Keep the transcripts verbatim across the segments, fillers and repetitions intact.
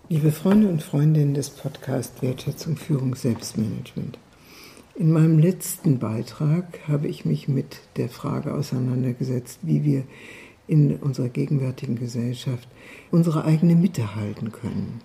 Liebe Freunde und Freundinnen des Podcasts Wertschätzung, Führung, Selbstmanagement. In meinem letzten Beitrag habe ich mich mit der Frage auseinandergesetzt, wie wir in unserer gegenwärtigen Gesellschaft unsere eigene Mitte halten können.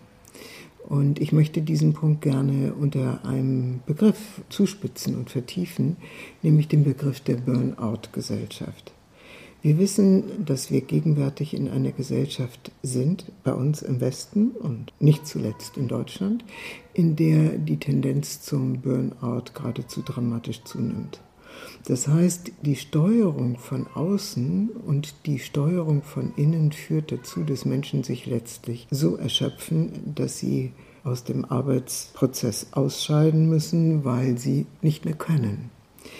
Und ich möchte diesen Punkt gerne unter einem Begriff zuspitzen und vertiefen, nämlich den Begriff der Burnout-Gesellschaft. Wir wissen, dass wir gegenwärtig in einer Gesellschaft sind, bei uns im Westen und nicht zuletzt in Deutschland, in der die Tendenz zum Burnout geradezu dramatisch zunimmt. Das heißt, die Steuerung von außen und die Steuerung von innen führt dazu, dass Menschen sich letztlich so erschöpfen, dass sie aus dem Arbeitsprozess ausscheiden müssen, weil sie nicht mehr können.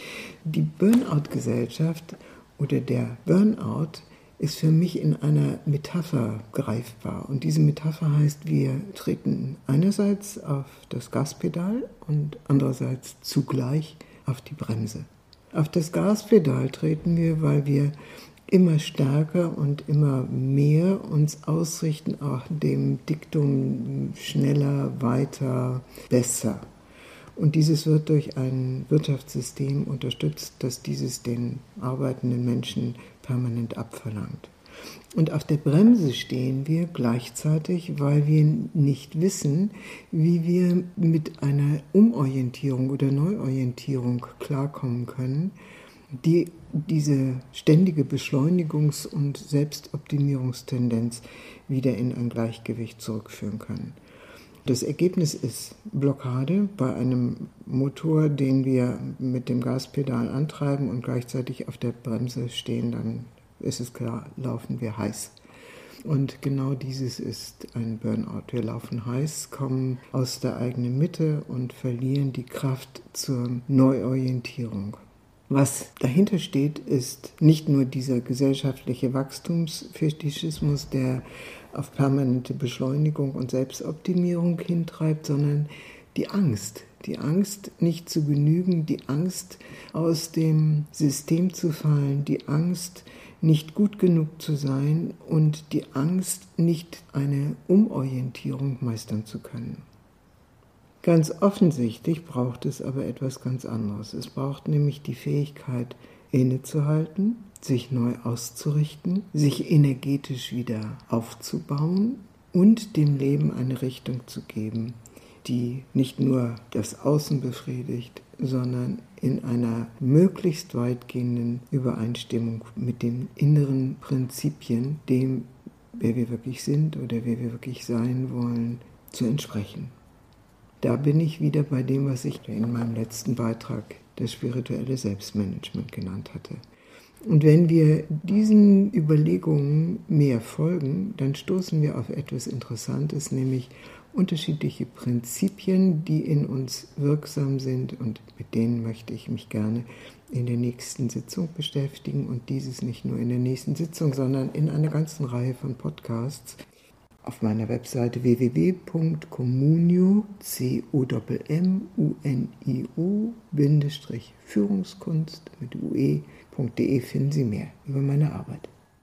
Die Burnout-Gesellschaft oder der Burnout ist für mich in einer Metapher greifbar. Und diese Metapher heißt, wir treten einerseits auf das Gaspedal und andererseits zugleich auf die Bremse. Auf das Gaspedal treten wir, weil wir immer stärker und immer mehr uns ausrichten auf dem Diktum schneller, weiter, besser. Und dieses wird durch ein Wirtschaftssystem unterstützt, das dieses den arbeitenden Menschen permanent abverlangt. Und auf der Bremse stehen wir gleichzeitig, weil wir nicht wissen, wie wir mit einer Umorientierung oder Neuorientierung klarkommen können, die diese ständige Beschleunigungs- und Selbstoptimierungstendenz wieder in ein Gleichgewicht zurückführen kann. Das Ergebnis ist Blockade bei einem Motor, den wir mit dem Gaspedal antreiben und gleichzeitig auf der Bremse stehen, dann ist es klar, laufen wir heiß. Und genau dieses ist ein Burnout. Wir laufen heiß, kommen aus der eigenen Mitte und verlieren die Kraft zur Neuorientierung. Was dahinter steht, ist nicht nur dieser gesellschaftliche Wachstumsfetischismus, der auf permanente Beschleunigung und Selbstoptimierung hintreibt, sondern die Angst. Die Angst, nicht zu genügen, die Angst, aus dem System zu fallen, die Angst, nicht gut genug zu sein und die Angst, nicht eine Umorientierung meistern zu können. Ganz offensichtlich braucht es aber etwas ganz anderes. Es braucht nämlich die Fähigkeit, innezuhalten, sich neu auszurichten, sich energetisch wieder aufzubauen und dem Leben eine Richtung zu geben, die nicht nur das Außen befriedigt, sondern in einer möglichst weitgehenden Übereinstimmung mit den inneren Prinzipien, dem, wer wir wirklich sind oder wer wir wirklich sein wollen, zu entsprechen. Da bin ich wieder bei dem, was ich in meinem letzten Beitrag das spirituelle Selbstmanagement genannt hatte. Und wenn wir diesen Überlegungen mehr folgen, dann stoßen wir auf etwas Interessantes, nämlich unterschiedliche Prinzipien, die in uns wirksam sind und mit denen möchte ich mich gerne in der nächsten Sitzung beschäftigen und dieses nicht nur in der nächsten Sitzung, sondern in einer ganzen Reihe von Podcasts. Auf meiner Webseite w w w punkt communio, C O M M U N I O, Führungskunst mit U E punkt de finden Sie mehr über meine Arbeit.